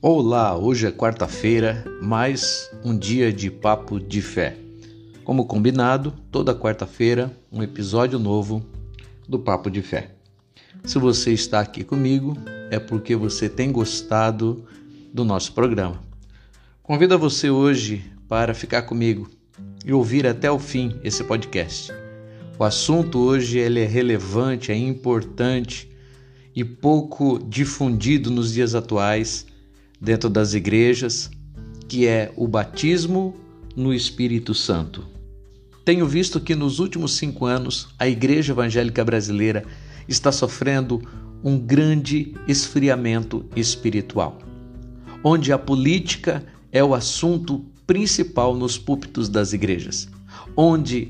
Olá, hoje é quarta-feira, mais um dia de Papo de Fé. Como combinado, toda quarta-feira um episódio novo do Papo de Fé. Se você está aqui comigo, é porque você tem gostado do nosso programa. Convido você hoje para ficar comigo e ouvir até o fim esse podcast. O assunto hoje é relevante, é importante e pouco difundido nos dias atuais dentro das igrejas, que é o batismo no Espírito Santo. Tenho visto que nos últimos 5 anos a Igreja Evangélica Brasileira está sofrendo um grande esfriamento espiritual, onde a política é o assunto principal nos púlpitos das igrejas, onde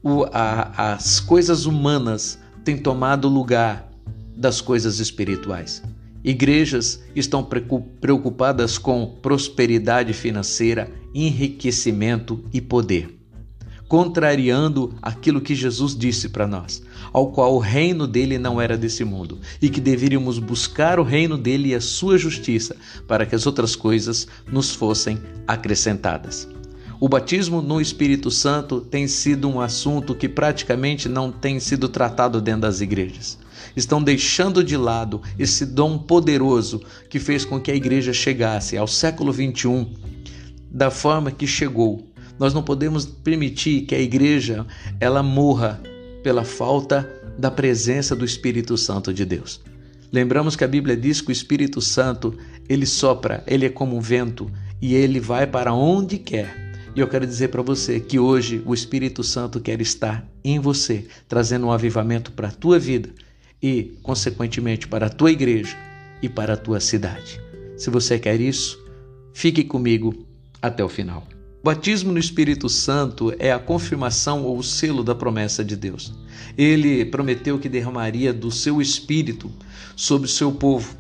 as coisas humanas têm tomado lugar das coisas espirituais. Igrejas estão preocupadas com prosperidade financeira, enriquecimento e poder, contrariando aquilo que Jesus disse para nós, ao qual o reino dele não era desse mundo e que deveríamos buscar o reino dele e a sua justiça para que as outras coisas nos fossem acrescentadas. O batismo no Espírito Santo tem sido um assunto que praticamente não tem sido tratado dentro das igrejas. Estão deixando de lado esse dom poderoso que fez com que a igreja chegasse ao século XXI da forma que chegou. Nós não podemos permitir que a igreja ela morra pela falta da presença do Espírito Santo de Deus. Lembramos que a Bíblia diz que o Espírito Santo, ele sopra, ele é como um vento e ele vai para onde quer. E eu quero dizer para você que hoje o Espírito Santo quer estar em você, trazendo um avivamento para a tua vida e, consequentemente, para a tua igreja e para a tua cidade. Se você quer isso, fique comigo até o final. O batismo no Espírito Santo é a confirmação ou o selo da promessa de Deus. Ele prometeu que derramaria do seu Espírito sobre o seu povo.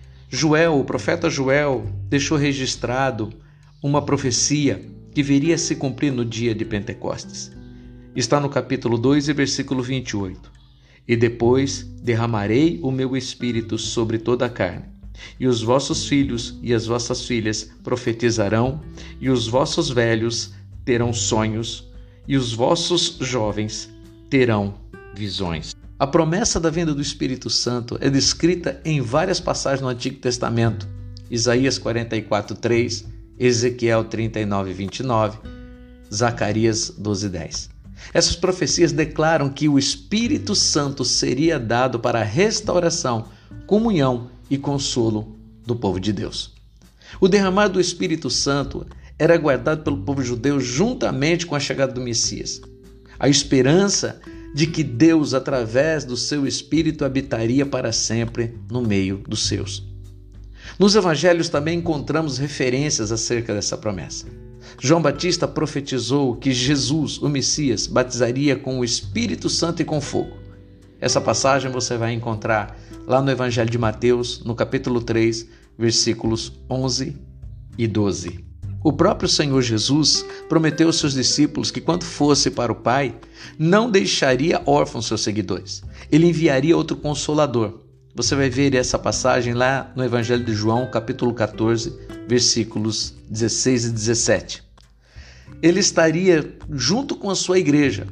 O profeta Joel, deixou registrado uma profecia que viria a se cumprir no dia de Pentecostes. Está no capítulo 2 e versículo 28. E depois derramarei o meu Espírito sobre toda a carne, e os vossos filhos e as vossas filhas profetizarão, e os vossos velhos terão sonhos, e os vossos jovens terão visões. A promessa da vinda do Espírito Santo é descrita em várias passagens no Antigo Testamento. Isaías 44:3, Ezequiel 39:29, Zacarias 12:10. Essas profecias declaram que o Espírito Santo seria dado para a restauração, comunhão e consolo do povo de Deus. O derramar do Espírito Santo era aguardado pelo povo judeu juntamente com a chegada do Messias. A esperança de que Deus, através do seu Espírito, habitaria para sempre no meio dos seus. Nos evangelhos também encontramos referências acerca dessa promessa. João Batista profetizou que Jesus, o Messias, batizaria com o Espírito Santo e com fogo. Essa passagem você vai encontrar lá no Evangelho de Mateus, no capítulo 3, versículos 11 e 12. O próprio Senhor Jesus prometeu aos seus discípulos que quando fosse para o Pai, não deixaria órfãos seus seguidores. Ele enviaria outro Consolador. Você vai ver essa passagem lá no Evangelho de João, capítulo 14, versículos 16 e 17. Ele estaria junto com a sua igreja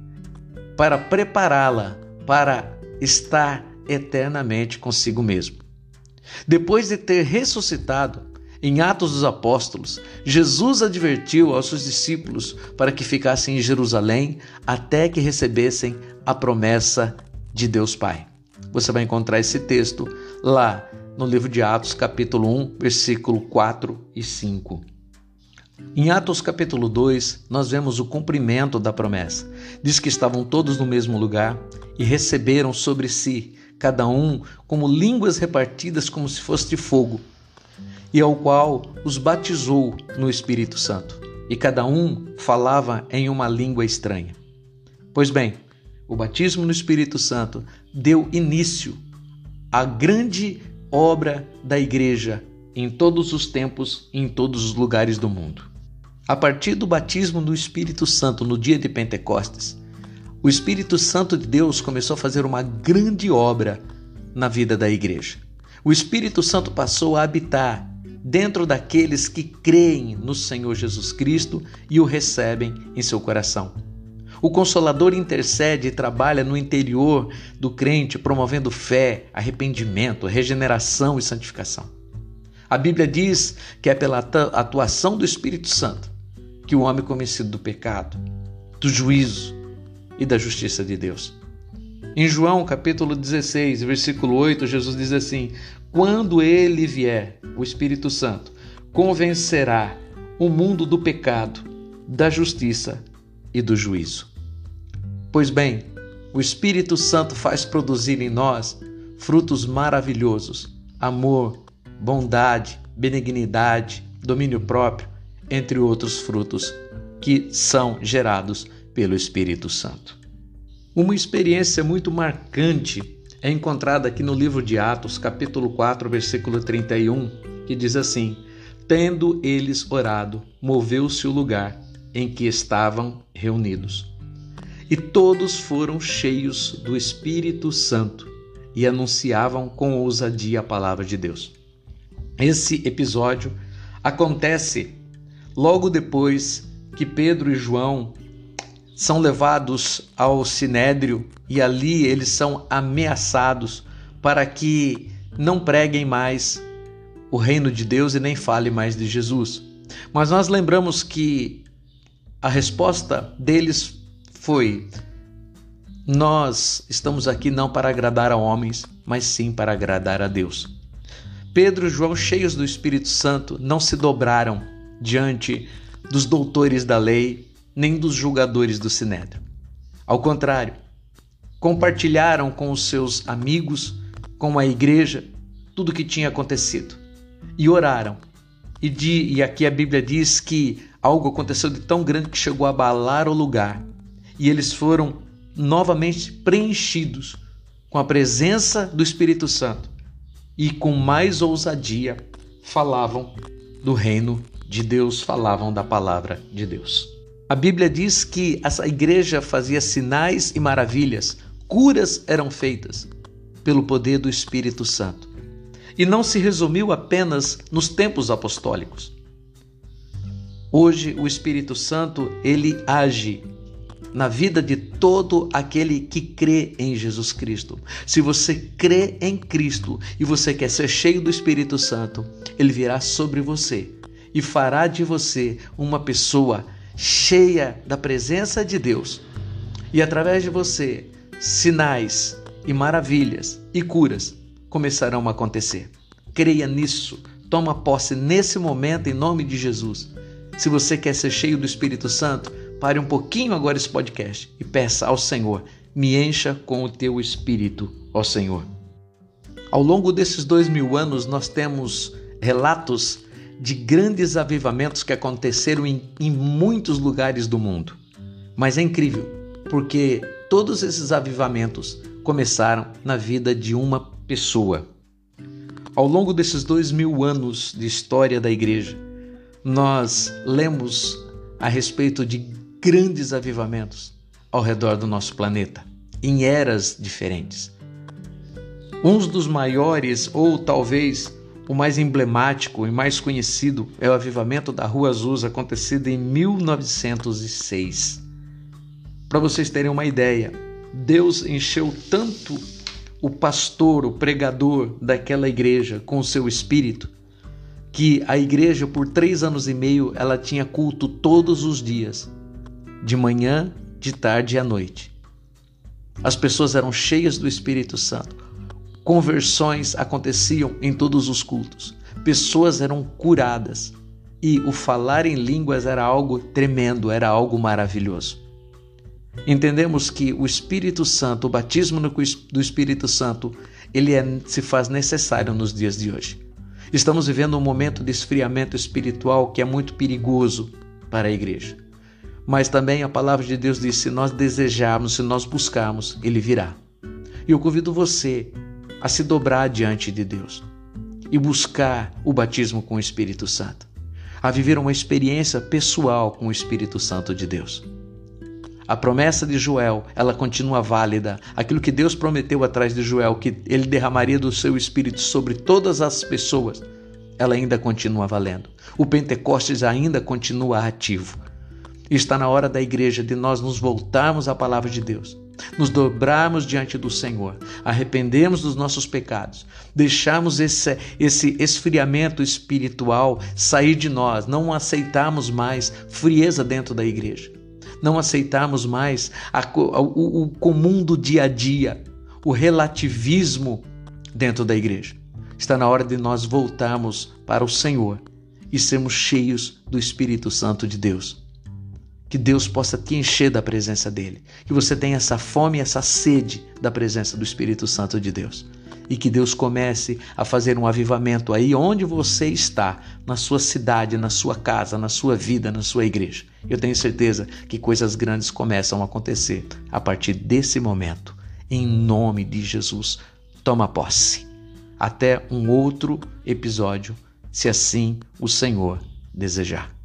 para prepará-la para estar eternamente consigo mesmo. Depois de ter ressuscitado, em Atos dos Apóstolos, Jesus advertiu aos seus discípulos para que ficassem em Jerusalém até que recebessem a promessa de Deus Pai. Você vai encontrar esse texto lá no livro de Atos, capítulo 1, versículo 4 e 5. Em Atos, capítulo 2, nós vemos o cumprimento da promessa. Diz que estavam todos no mesmo lugar e receberam sobre si, cada um, como línguas repartidas como se fosse de fogo, e ao qual os batizou no Espírito Santo. E cada um falava em uma língua estranha. Pois bem, o batismo no Espírito Santo deu início à grande obra da igreja em todos os tempos e em todos os lugares do mundo. A partir do batismo no Espírito Santo no dia de Pentecostes, o Espírito Santo de Deus começou a fazer uma grande obra na vida da igreja. O Espírito Santo passou a habitar dentro daqueles que creem no Senhor Jesus Cristo e o recebem em seu coração. O Consolador intercede e trabalha no interior do crente, promovendo fé, arrependimento, regeneração e santificação. A Bíblia diz que é pela atuação do Espírito Santo que o homem é convencido do pecado, do juízo e da justiça de Deus. Em João capítulo 16, versículo 8, Jesus diz assim: quando ele vier, o Espírito Santo, convencerá o mundo do pecado, da justiça e do juízo. Pois bem, o Espírito Santo faz produzir em nós frutos maravilhosos: amor, bondade, benignidade, domínio próprio, entre outros frutos que são gerados pelo Espírito Santo. Uma experiência muito marcante é encontrada aqui no livro de Atos, capítulo 4, versículo 31, que diz assim: tendo eles orado, moveu-se o lugar em que estavam reunidos. E todos foram cheios do Espírito Santo e anunciavam com ousadia a palavra de Deus. Esse episódio acontece logo depois que Pedro e João são levados ao Sinédrio e ali eles são ameaçados para que não preguem mais o reino de Deus e nem falem mais de Jesus. Mas nós lembramos que a resposta deles foi: nós estamos aqui não para agradar a homens, mas sim para agradar a Deus. Pedro e João, cheios do Espírito Santo, não se dobraram diante dos doutores da lei, nem dos julgadores do Sinédrio. Ao contrário, compartilharam com os seus amigos, com a igreja, tudo o que tinha acontecido. E oraram. E aqui a Bíblia diz que algo aconteceu de tão grande que chegou a abalar o lugar. E eles foram novamente preenchidos com a presença do Espírito Santo. E com mais ousadia falavam do reino de Deus, falavam da palavra de Deus. A Bíblia diz que essa igreja fazia sinais e maravilhas, curas eram feitas pelo poder do Espírito Santo. E não se resumiu apenas nos tempos apostólicos. Hoje o Espírito Santo, ele age na vida de todo aquele que crê em Jesus Cristo. Se você crê em Cristo e você quer ser cheio do Espírito Santo, ele virá sobre você e fará de você uma pessoa cheia da presença de Deus. E através de você, sinais e maravilhas e curas começarão a acontecer. Creia nisso, toma posse nesse momento em nome de Jesus. Se você quer ser cheio do Espírito Santo, pare um pouquinho agora esse podcast e peça ao Senhor: me encha com o teu Espírito, ó Senhor. Ao longo desses 2000 anos, nós temos relatos de grandes avivamentos que aconteceram em muitos lugares do mundo. Mas é incrível, porque todos esses avivamentos começaram na vida de uma pessoa. Ao longo desses 2000 anos de história da igreja, nós lemos a respeito de grandes avivamentos ao redor do nosso planeta, em eras diferentes. Um dos maiores, ou talvez o mais emblemático e mais conhecido, é o avivamento da Rua Azusa, acontecido em 1906. Para vocês terem uma ideia, Deus encheu tanto o pastor, o pregador daquela igreja com o seu espírito, que a igreja, por 3 anos e meio, ela tinha culto todos os dias, de manhã, de tarde e à noite. As pessoas eram cheias do Espírito Santo. Conversões aconteciam em todos os cultos. Pessoas eram curadas. E o falar em línguas era algo tremendo, era algo maravilhoso. Entendemos que o Espírito Santo, o batismo do Espírito Santo, ele se faz necessário nos dias de hoje. Estamos vivendo um momento de esfriamento espiritual que é muito perigoso para a igreja. Mas também a palavra de Deus diz: se nós desejarmos, se nós buscarmos, ele virá. E eu convido você a se dobrar diante de Deus e buscar o batismo com o Espírito Santo, a viver uma experiência pessoal com o Espírito Santo de Deus. A promessa de Joel, ela continua válida. Aquilo que Deus prometeu atrás de Joel, que ele derramaria do seu Espírito sobre todas as pessoas, ela ainda continua valendo. O Pentecostes ainda continua ativo. Está na hora da igreja de nós nos voltarmos à palavra de Deus, nos dobrarmos diante do Senhor, arrependermos dos nossos pecados, deixarmos esse esfriamento espiritual sair de nós, não aceitarmos mais frieza dentro da igreja, não aceitarmos mais o comum do dia a dia, o relativismo dentro da igreja. Está na hora de nós voltarmos para o Senhor e sermos cheios do Espírito Santo de Deus. Que Deus possa te encher da presença dEle. Que você tenha essa fome e essa sede da presença do Espírito Santo de Deus. E que Deus comece a fazer um avivamento aí onde você está, na sua cidade, na sua casa, na sua vida, na sua igreja. Eu tenho certeza que coisas grandes começam a acontecer a partir desse momento. Em nome de Jesus, toma posse. Até um outro episódio, se assim o Senhor desejar.